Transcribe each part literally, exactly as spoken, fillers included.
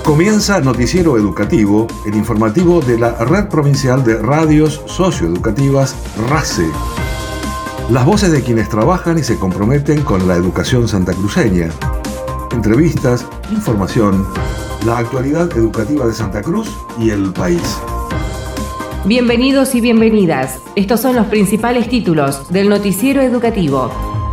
Comienza Noticiero Educativo, el informativo de la Red Provincial de Radios Socioeducativas RACE. Las voces de quienes trabajan y se comprometen con la educación santacruceña. Entrevistas, información, la actualidad educativa de Santa Cruz y el país. Bienvenidos y bienvenidas. Estos son los principales títulos del Noticiero Educativo.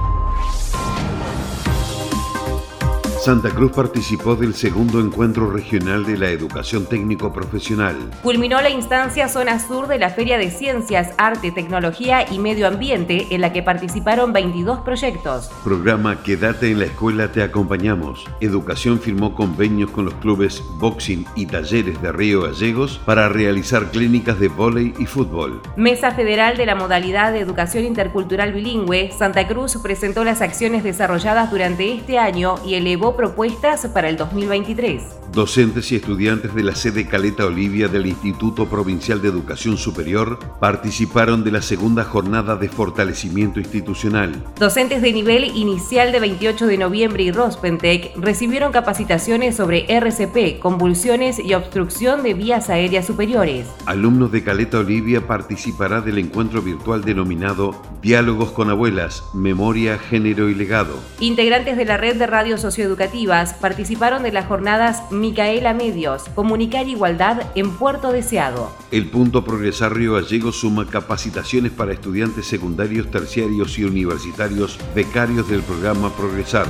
Santa Cruz participó del segundo encuentro regional de la educación técnico-profesional. Culminó la instancia Zona Sur de la Feria de Ciencias, Arte, Tecnología y Medio Ambiente, en la que participaron veintidós proyectos. Programa Quédate en la Escuela, te acompañamos. Educación firmó convenios con los clubes Boxing y Talleres de Río Gallegos para realizar clínicas de vóley y fútbol. Mesa Federal de la modalidad de Educación Intercultural Bilingüe, Santa Cruz presentó las acciones desarrolladas durante este año y elevó propuestas para el dos mil veintitrés. Docentes y estudiantes de la sede Caleta Olivia del Instituto Provincial de Educación Superior participaron de la segunda jornada de fortalecimiento institucional. Docentes de nivel inicial de veintiocho de noviembre y Rospentec recibieron capacitaciones sobre R C P, convulsiones y obstrucción de vías aéreas superiores. Alumnos de Caleta Olivia participará del encuentro virtual denominado Diálogos con Abuelas, Memoria, Género y Legado. Integrantes de la red de radios socioeducativas participaron de las jornadas Micaela Medios, Comunicar Igualdad en Puerto Deseado. El Punto Progresar Río Gallegos suma capacitaciones para estudiantes secundarios, terciarios y universitarios becarios del programa Progresar.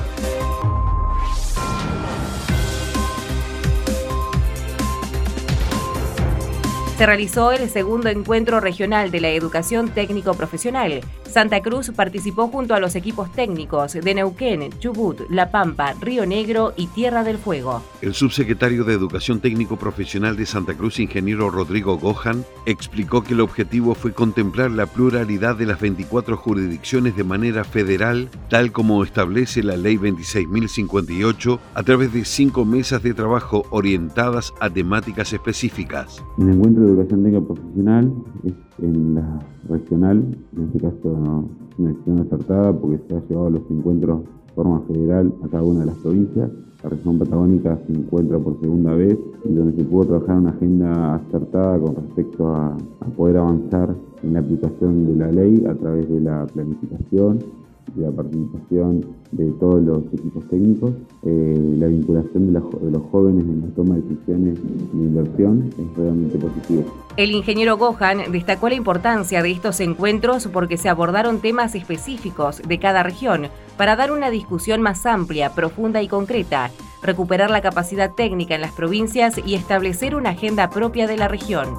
Se realizó el segundo encuentro regional de la educación técnico-profesional. Santa Cruz participó junto a los equipos técnicos de Neuquén, Chubut, La Pampa, Río Negro y Tierra del Fuego. El subsecretario de Educación Técnico-Profesional de Santa Cruz, ingeniero Rodrigo Gohan, explicó que el objetivo fue contemplar la pluralidad de las veinticuatro jurisdicciones de manera federal, tal como establece la Ley veintiséis mil cincuenta y ocho, a través de cinco mesas de trabajo orientadas a temáticas específicas. El encuentro de educación técnica profesional es en la regional, en este caso no, es una decisión acertada porque se ha llevado los encuentros de forma federal a cada una de las provincias. La región patagónica se encuentra por segunda vez y donde se pudo trabajar una agenda acertada con respecto a, a poder avanzar en la aplicación de la ley a través de la planificación, de la participación de todos los equipos técnicos, eh, la vinculación de, la, de los jóvenes en la toma de decisiones de inversión es realmente positiva. El ingeniero Gohan destacó la importancia de estos encuentros porque se abordaron temas específicos de cada región para dar una discusión más amplia, profunda y concreta, recuperar la capacidad técnica en las provincias y establecer una agenda propia de la región.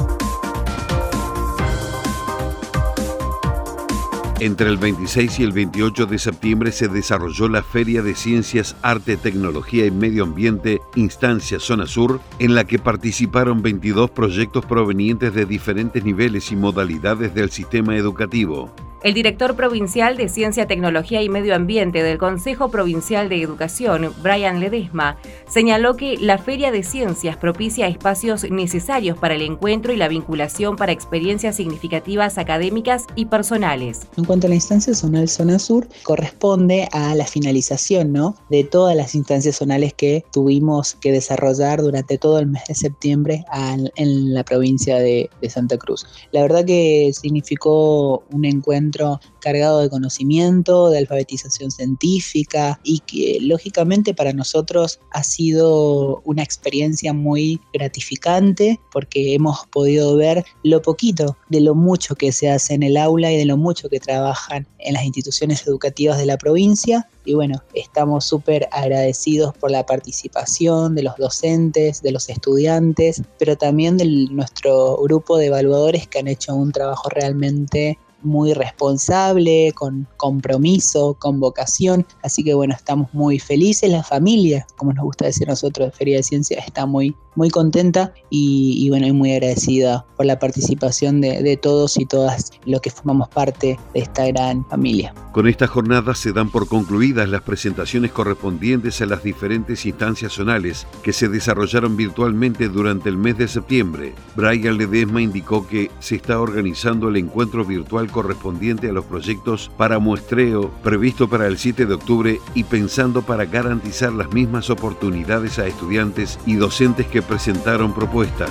Entre el veintiséis y el veintiocho de septiembre se desarrolló la Feria de Ciencias, Arte, Tecnología y Medio Ambiente, Instancia Zona Sur, en la que participaron veintidós proyectos provenientes de diferentes niveles y modalidades del sistema educativo. El director provincial de Ciencia, Tecnología y Medio Ambiente del Consejo Provincial de Educación, Brian Ledesma, señaló que la Feria de Ciencias propicia espacios necesarios para el encuentro y la vinculación para experiencias significativas académicas y personales. En cuanto a la instancia zonal Zona Sur, corresponde a la finalización, ¿no?, de todas las instancias zonales que tuvimos que desarrollar durante todo el mes de septiembre al, en la provincia de, de Santa Cruz. La verdad que significó un encuentro cargado de conocimiento, de alfabetización científica y que lógicamente para nosotros ha sido una experiencia muy gratificante porque hemos podido ver lo poquito de lo mucho que se hace en el aula y de lo mucho que trabajan en las instituciones educativas de la provincia. Y bueno, estamos súper agradecidos por la participación de los docentes, de los estudiantes, pero también de nuestro grupo de evaluadores que han hecho un trabajo realmente muy responsable, con compromiso, con vocación. Así que bueno, estamos muy felices. La familia, como nos gusta decir nosotros de Feria de Ciencias, está muy, muy contenta y, y bueno, y muy agradecida por la participación de, de todos y todas los que formamos parte de esta gran familia. Con esta jornada se dan por concluidas las presentaciones correspondientes a las diferentes instancias zonales que se desarrollaron virtualmente durante el mes de septiembre. Brian Ledesma indicó que se está organizando el encuentro virtual correspondiente a los proyectos para muestreo previsto para el siete de octubre y pensando para garantizar las mismas oportunidades a estudiantes y docentes que presentaron propuestas.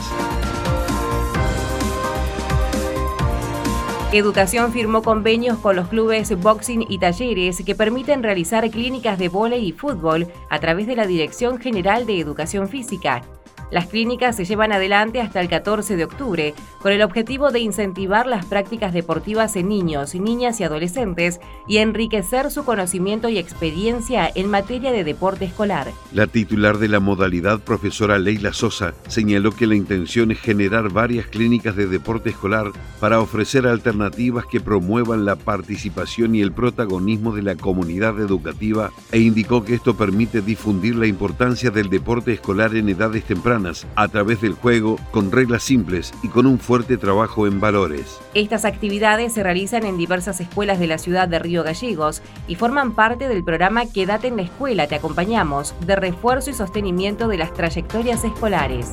Educación firmó convenios con los clubes boxing y talleres que permiten realizar clínicas de vóley y fútbol a través de la Dirección General de Educación Física. Las clínicas se llevan adelante hasta el catorce de octubre con el objetivo de incentivar las prácticas deportivas en niños, niñas y adolescentes y enriquecer su conocimiento y experiencia en materia de deporte escolar. La titular de la modalidad, profesora Leila Sosa, señaló que la intención es generar varias clínicas de deporte escolar para ofrecer alternativas que promuevan la participación y el protagonismo de la comunidad educativa e indicó que esto permite difundir la importancia del deporte escolar en edades tempranas a través del juego, con reglas simples y con un fuerte trabajo en valores. Estas actividades se realizan en diversas escuelas de la ciudad de Río Gallegos y forman parte del programa Quédate en la escuela, te acompañamos, de refuerzo y sostenimiento de las trayectorias escolares.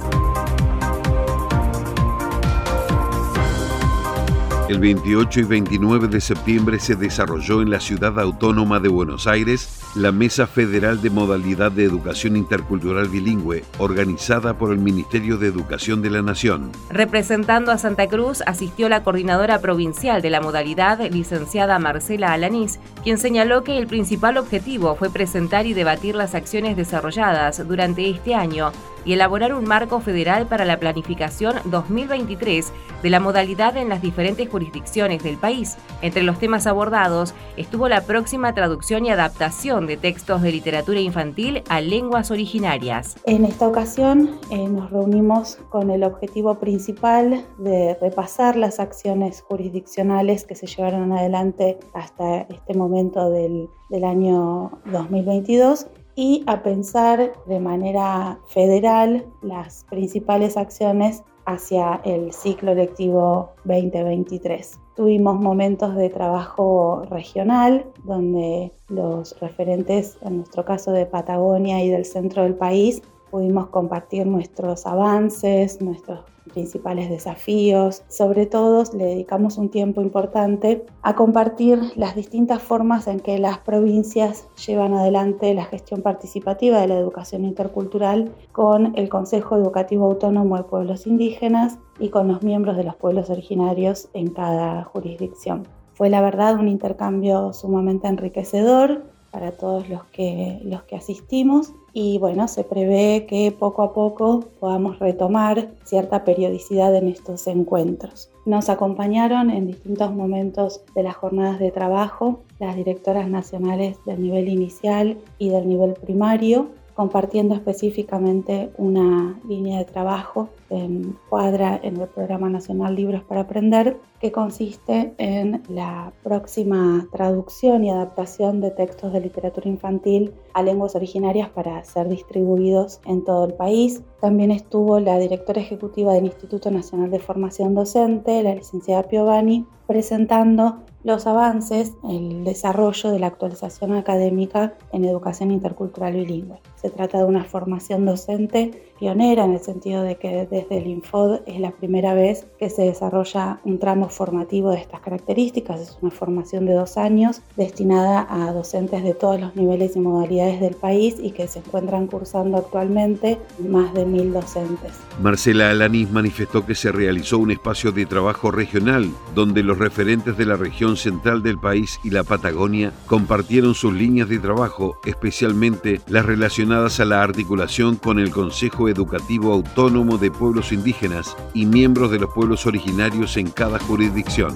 El veintiocho y veintinueve de septiembre se desarrolló en la Ciudad Autónoma de Buenos Aires la Mesa Federal de Modalidad de Educación Intercultural Bilingüe, organizada por el Ministerio de Educación de la Nación. Representando a Santa Cruz, asistió la coordinadora provincial de la modalidad, licenciada Marcela Alanís, quien señaló que el principal objetivo fue presentar y debatir las acciones desarrolladas durante este año y elaborar un marco federal para la planificación dos mil veintitrés de la modalidad en las diferentes jurisdicciones del país. Entre los temas abordados estuvo la próxima traducción y adaptación de textos de literatura infantil a lenguas originarias. En esta ocasión eh, nos reunimos con el objetivo principal de repasar las acciones jurisdiccionales que se llevaron adelante hasta este momento del, del año dos mil veintidós y a pensar de manera federal las principales acciones hacia el ciclo lectivo veinte veintitrés. Tuvimos momentos de trabajo regional donde los referentes, en nuestro caso de Patagonia y del centro del país, pudimos compartir nuestros avances, nuestros principales desafíos. Sobre todo, le dedicamos un tiempo importante a compartir las distintas formas en que las provincias llevan adelante la gestión participativa de la educación intercultural con el Consejo Educativo Autónomo de Pueblos Indígenas y con los miembros de los pueblos originarios en cada jurisdicción. Fue, la verdad, un intercambio sumamente enriquecedor para todos los que, los que asistimos y bueno, se prevé que poco a poco podamos retomar cierta periodicidad en estos encuentros. Nos acompañaron en distintos momentos de las jornadas de trabajo las directoras nacionales del nivel inicial y del nivel primario, compartiendo específicamente una línea de trabajo en cuadra en el Programa Nacional Libros para Aprender, que consiste en la próxima traducción y adaptación de textos de literatura infantil a lenguas originarias para ser distribuidos en todo el país. También estuvo la directora ejecutiva del Instituto Nacional de Formación Docente, la licenciada Piovani, presentando los avances, el desarrollo de la actualización académica en educación intercultural bilingüe. Se trata de una formación docente pionera en el sentido de que desde el INFOD es la primera vez que se desarrolla un tramo formativo de estas características. Es una formación de dos años destinada a docentes de todos los niveles y modalidades del país y que se encuentran cursando actualmente más de mil docentes. Marcela Alanís manifestó que se realizó un espacio de trabajo regional donde los referentes de la región central del país y la Patagonia compartieron sus líneas de trabajo, especialmente las relacionadas a la articulación con el Consejo Educativo Autónomo de Pueblos Indígenas y miembros de los pueblos originarios en cada jurisdicción.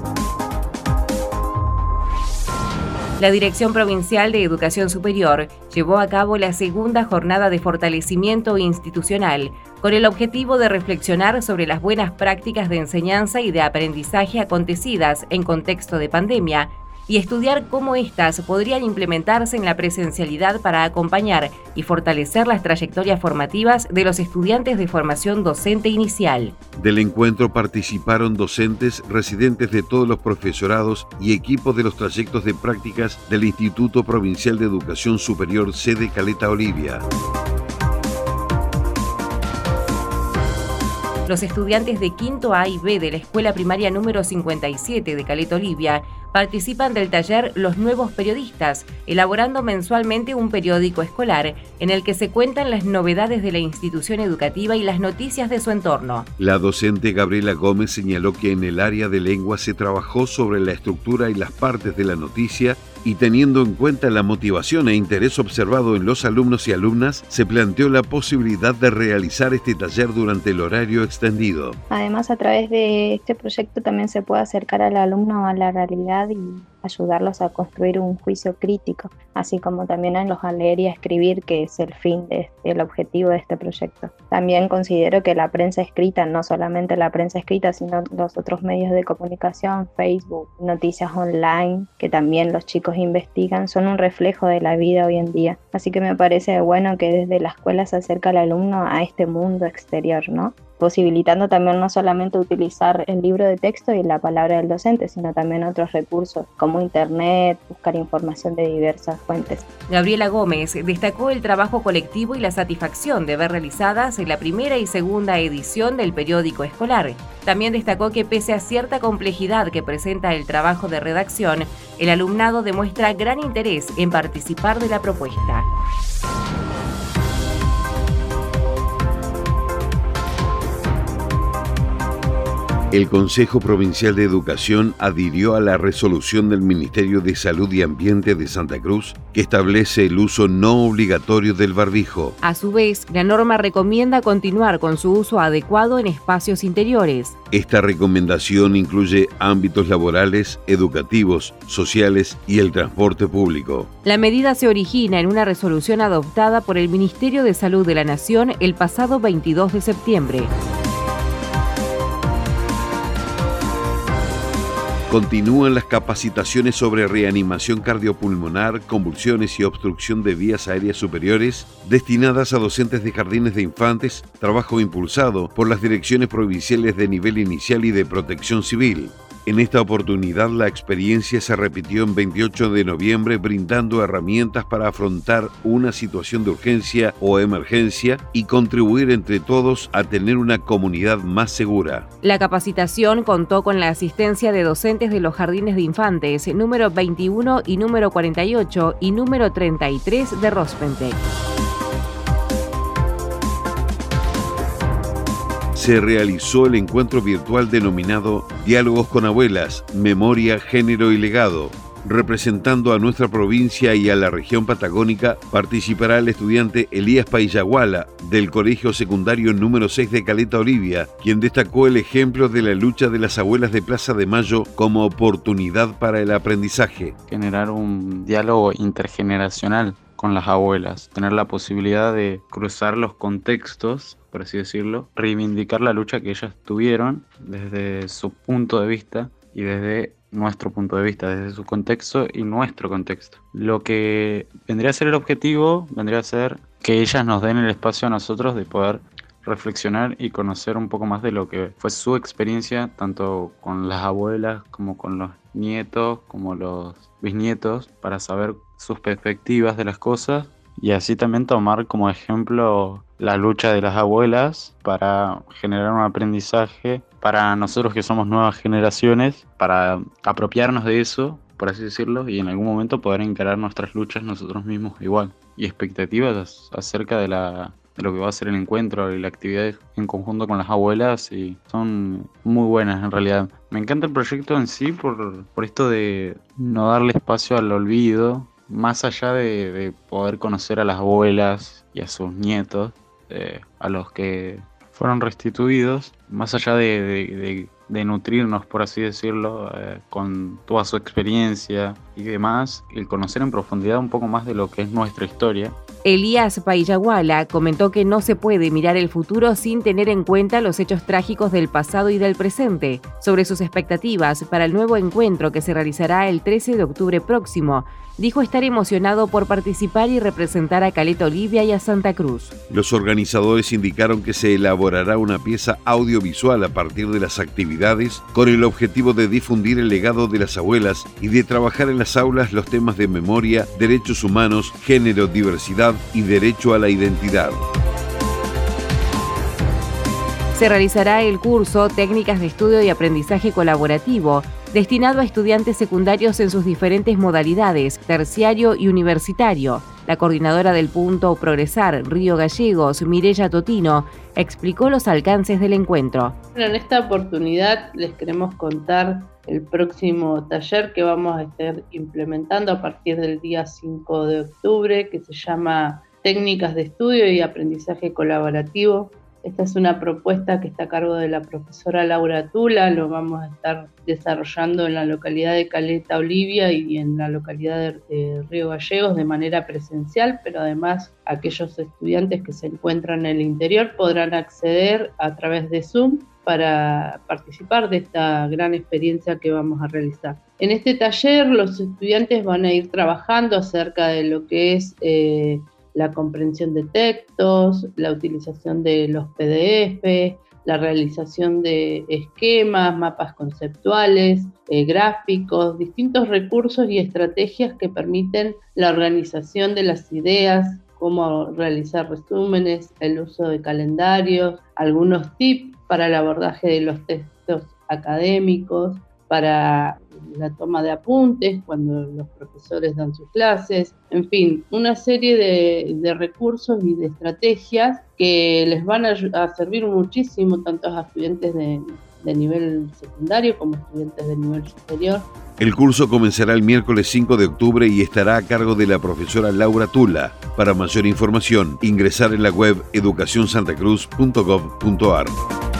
La Dirección Provincial de Educación Superior llevó a cabo la segunda jornada de fortalecimiento institucional con el objetivo de reflexionar sobre las buenas prácticas de enseñanza y de aprendizaje acontecidas en contexto de pandemia y estudiar cómo éstas podrían implementarse en la presencialidad para acompañar y fortalecer las trayectorias formativas de los estudiantes de formación docente inicial. Del encuentro participaron docentes, residentes de todos los profesorados y equipos de los trayectos de prácticas del Instituto Provincial de Educación Superior, sede Caleta Olivia. Los estudiantes de quinto A y B de la Escuela Primaria número cincuenta y siete de Caleta Olivia participan del taller Los Nuevos Periodistas, elaborando mensualmente un periódico escolar en el que se cuentan las novedades de la institución educativa y las noticias de su entorno. La docente Gabriela Gómez señaló que en el área de lengua se trabajó sobre la estructura y las partes de la noticia y teniendo en cuenta la motivación e interés observado en los alumnos y alumnas, se planteó la posibilidad de realizar este taller durante el horario extendido. Además, a través de este proyecto también se puede acercar al alumno a la realidad y ayudarlos a construir un juicio crítico, así como también a los a leer y a escribir, que es el fin, de, el objetivo de este proyecto. También considero que la prensa escrita, no solamente la prensa escrita, sino los otros medios de comunicación, Facebook, noticias online, que también los chicos investigan, son un reflejo de la vida hoy en día. Así que me parece bueno que desde la escuela se acerca al alumno a este mundo exterior, ¿no? Posibilitando también no solamente utilizar el libro de texto y la palabra del docente, sino también otros recursos como internet, buscar información de diversas fuentes. Gabriela Gómez destacó el trabajo colectivo y la satisfacción de ver realizadas en la primera y segunda edición del periódico escolar. También destacó que pese a cierta complejidad que presenta el trabajo de redacción, el alumnado demuestra gran interés en participar de la propuesta. El Consejo Provincial de Educación adhirió a la resolución del Ministerio de Salud y Ambiente de Santa Cruz que establece el uso no obligatorio del barbijo. A su vez, la norma recomienda continuar con su uso adecuado en espacios interiores. Esta recomendación incluye ámbitos laborales, educativos, sociales y el transporte público. La medida se origina en una resolución adoptada por el Ministerio de Salud de la Nación el pasado veintidós de septiembre. Continúan las capacitaciones sobre reanimación cardiopulmonar, convulsiones y obstrucción de vías aéreas superiores destinadas a docentes de jardines de infantes, trabajo impulsado por las direcciones provinciales de nivel inicial y de protección civil. En esta oportunidad, la experiencia se repitió en veintiocho de noviembre, brindando herramientas para afrontar una situación de urgencia o emergencia y contribuir entre todos a tener una comunidad más segura. La capacitación contó con la asistencia de docentes de los jardines de infantes número veintiuno y número cuarenta y ocho y número treinta y tres de Rospentec. Se realizó el encuentro virtual denominado Diálogos con Abuelas, Memoria, Género y Legado. Representando a nuestra provincia y a la región patagónica, participará el estudiante Elías Paiyaguala, del Colegio Secundario número seis de Caleta Olivia, quien destacó el ejemplo de la lucha de las abuelas de Plaza de Mayo como oportunidad para el aprendizaje. Generar un diálogo intergeneracional con las abuelas, tener la posibilidad de cruzar los contextos, por así decirlo, reivindicar la lucha que ellas tuvieron desde su punto de vista y desde nuestro punto de vista, desde su contexto y nuestro contexto. Lo que vendría a ser el objetivo, vendría a ser que ellas nos den el espacio a nosotros de poder reflexionar y conocer un poco más de lo que fue su experiencia, tanto con las abuelas como con los nietos, como los bisnietos, para saber sus perspectivas de las cosas y así también tomar como ejemplo la lucha de las abuelas para generar un aprendizaje para nosotros que somos nuevas generaciones, para apropiarnos de eso, por así decirlo, y en algún momento poder encarar nuestras luchas nosotros mismos igual. Y expectativas acerca de la de lo que va a ser el encuentro y la actividad en conjunto con las abuelas y son muy buenas en realidad. Me encanta el proyecto en sí por, por esto de no darle espacio al olvido, más allá de, de poder conocer a las abuelas y a sus nietos, eh, a los que fueron restituidos, más allá de, de, de, de nutrirnos, por así decirlo, eh, con toda su experiencia y demás, el conocer en profundidad un poco más de lo que es nuestra historia. Elías Paiyaguala comentó que no se puede mirar el futuro sin tener en cuenta los hechos trágicos del pasado y del presente. Sobre sus expectativas para el nuevo encuentro que se realizará el trece de octubre próximo, dijo estar emocionado por participar y representar a Caleta Olivia y a Santa Cruz. Los organizadores indicaron que se elaborará una pieza audiovisual a partir de las actividades con el objetivo de difundir el legado de las abuelas y de trabajar en las aulas los temas de memoria, derechos humanos, género, diversidad y derecho a la identidad. se realizará el curso Técnicas de Estudio y Aprendizaje Colaborativo, destinado a estudiantes secundarios en sus diferentes modalidades, terciario y universitario. La coordinadora del Punto Progresar, Río Gallegos, Mireya Totino, explicó los alcances del encuentro. Bueno, en esta oportunidad les queremos contar el próximo taller que vamos a estar implementando a partir del día cinco de octubre, que se llama Técnicas de Estudio y Aprendizaje Colaborativo. Esta es una propuesta que está a cargo de la profesora Laura Tula, lo vamos a estar desarrollando en la localidad de Caleta Olivia y en la localidad de, de Río Gallegos de manera presencial, pero además aquellos estudiantes que se encuentran en el interior podrán acceder a través de Zoom para participar de esta gran experiencia que vamos a realizar. En este taller los estudiantes van a ir trabajando acerca de lo que es eh, la comprensión de textos, la utilización de los P D F, la realización de esquemas, mapas conceptuales, eh, gráficos, distintos recursos y estrategias que permiten la organización de las ideas, cómo realizar resúmenes, el uso de calendarios, algunos tips para el abordaje de los textos académicos, para la toma de apuntes cuando los profesores dan sus clases, en fin, una serie de, de recursos y de estrategias que les van a, a servir muchísimo tanto a estudiantes de, de nivel secundario como estudiantes de nivel superior. El curso comenzará el miércoles cinco de octubre y estará a cargo de la profesora Laura Tula. Para mayor información, ingresar en la web educación santa cruz punto gov punto ar.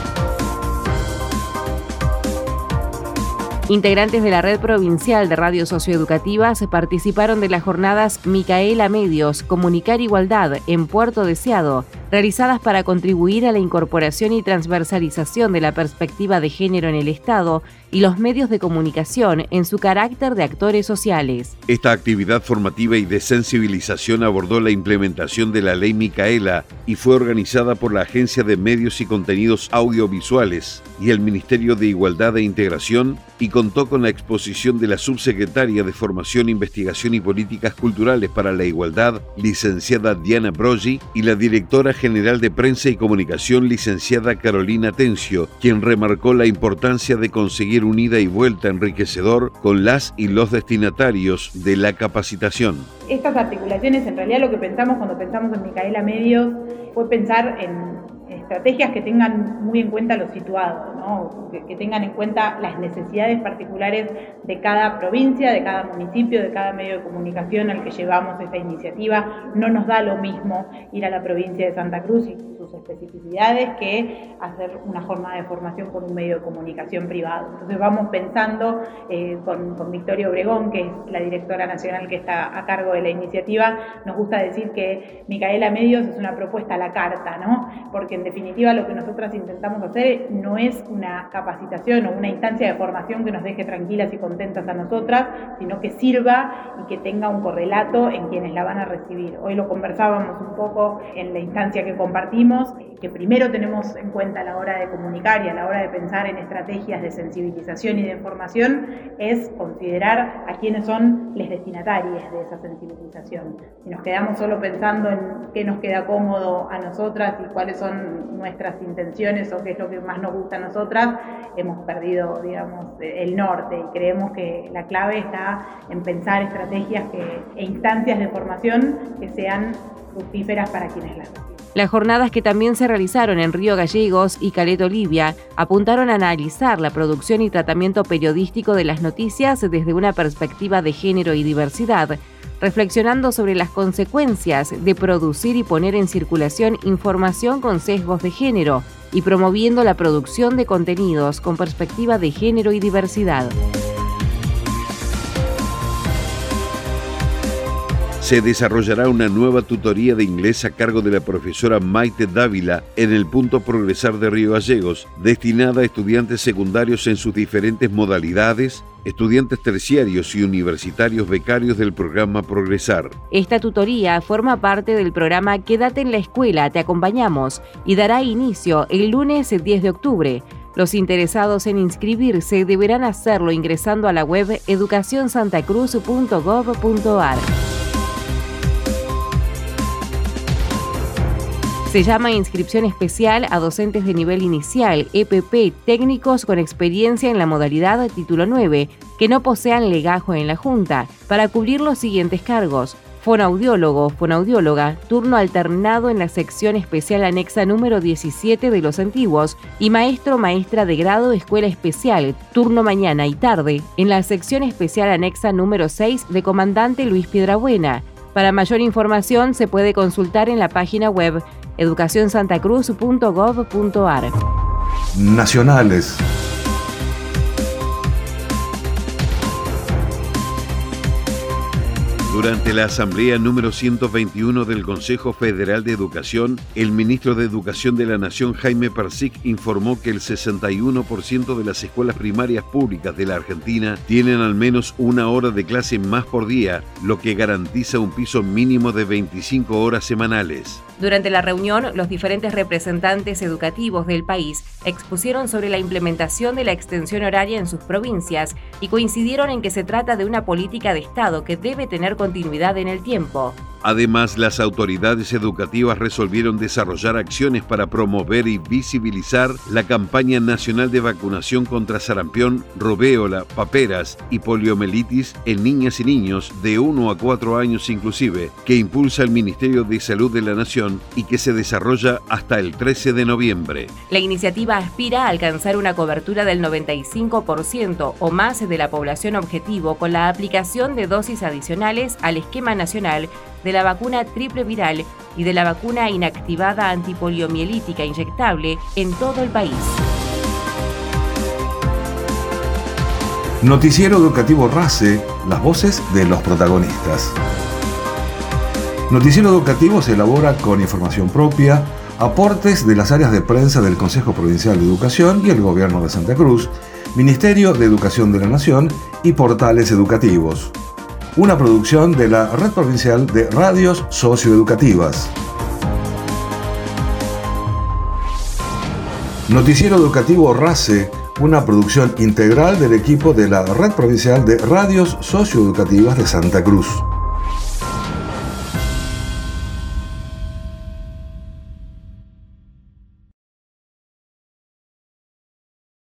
Integrantes de la Red Provincial de Radios Socioeducativas participaron de las jornadas Micaela Medios, Comunicar Igualdad en Puerto Deseado, realizadas para contribuir a la incorporación y transversalización de la perspectiva de género en el Estado y los medios de comunicación en su carácter de actores sociales. Esta actividad formativa y de sensibilización abordó la implementación de la Ley Micaela y fue organizada por la Agencia de Medios y Contenidos Audiovisuales y el Ministerio de Igualdad e Integración, y contó con la exposición de la subsecretaria de Formación, Investigación y Políticas Culturales para la Igualdad, licenciada Diana Broggi, y la directora general de Prensa y Comunicación, licenciada Carolina Tencio, quien remarcó la importancia de conseguir un ida y vuelta enriquecedor con las y los destinatarios de la capacitación. Estas articulaciones, en realidad lo que pensamos cuando pensamos en Micaela Medios fue pensar en estrategias que tengan muy en cuenta lo situado, ¿no? que, que tengan en cuenta las necesidades particulares de cada provincia, de cada municipio, de cada medio de comunicación al que llevamos esta iniciativa. No nos da lo mismo ir a la provincia de Santa Cruz y sus especificidades que hacer una jornada de formación con un medio de comunicación privado. Entonces vamos pensando eh, con, con Victoria Obregón, que es la directora nacional que está a cargo de la iniciativa, nos gusta decir que Micaela Medios es una propuesta a la carta, ¿no? Porque en definitiva lo que nosotras intentamos hacer no es una capacitación o una instancia de formación que nos deje tranquilas y contentas a nosotras, sino que sirva y que tenga un correlato en quienes la van a recibir. Hoy lo conversábamos un poco en la instancia que compartimos, que primero tenemos en cuenta a la hora de comunicar y a la hora de pensar en estrategias de sensibilización y de información es considerar a quiénes son los destinatarios de esa sensibilización. Si nos quedamos solo pensando en qué nos queda cómodo a nosotras y cuáles son nuestras intenciones o qué es lo que más nos gusta a nosotras, hemos perdido, digamos, el norte, y creemos que la clave está en pensar estrategias que, e instancias de formación que sean fructíferas para quienes las reciben. Las jornadas, que también se realizaron en Río Gallegos y Caleta Olivia, apuntaron a analizar la producción y tratamiento periodístico de las noticias desde una perspectiva de género y diversidad, reflexionando sobre las consecuencias de producir y poner en circulación información con sesgos de género y promoviendo la producción de contenidos con perspectiva de género y diversidad. Se desarrollará una nueva tutoría de inglés a cargo de la profesora Maite Dávila en el Punto Progresar de Río Gallegos, destinada a estudiantes secundarios en sus diferentes modalidades, estudiantes terciarios y universitarios becarios del programa Progresar. Esta tutoría forma parte del programa Quédate en la Escuela, te acompañamos, y dará inicio el lunes diez de octubre. Los interesados en inscribirse deberán hacerlo ingresando a la web educación santa cruz punto gov punto ar. Se llama inscripción especial a docentes de nivel inicial, E P P, técnicos con experiencia en la modalidad título nueve, que no posean legajo en la Junta, para cubrir los siguientes cargos: fonoaudiólogo, fonoaudióloga, turno alternado en la sección especial anexa número diecisiete de los antiguos, y maestro maestra de grado escuela especial, turno mañana y tarde, en la sección especial anexa número seis de comandante Luis Piedrabuena. Para mayor información se puede consultar en la página web educación santa cruz punto gob punto ar. Nacionales. Durante la asamblea número ciento veintiuno del Consejo Federal de Educación, el ministro de Educación de la Nación, Jaime Persic, informó que el sesenta y uno por ciento de las escuelas primarias públicas de la Argentina tienen al menos una hora de clase más por día, lo que garantiza un piso mínimo de veinticinco horas semanales. Durante la reunión, los diferentes representantes educativos del país expusieron sobre la implementación de la extensión horaria en sus provincias y coincidieron en que se trata de una política de Estado que debe tener continuidad en el tiempo. Además, las autoridades educativas resolvieron desarrollar acciones para promover y visibilizar la campaña nacional de vacunación contra sarampión, rubéola, paperas y poliomielitis en niñas y niños de uno a cuatro años inclusive, que impulsa el Ministerio de Salud de la Nación y que se desarrolla hasta el trece de noviembre. La iniciativa aspira a alcanzar una cobertura del noventa y cinco por ciento o más de la población objetivo con la aplicación de dosis adicionales al esquema nacional de la vacuna triple viral y de la vacuna inactivada antipoliomielítica inyectable en todo el país. Noticiero Educativo RACE, las voces de los protagonistas. Noticiero Educativo se elabora con información propia, aportes de las áreas de prensa del Consejo Provincial de Educación y el Gobierno de Santa Cruz, Ministerio de Educación de la Nación y portales educativos. Una producción de la Red Provincial de Radios Socioeducativas. Noticiero Educativo RACE, una producción integral del equipo de la Red Provincial de Radios Socioeducativas de Santa Cruz.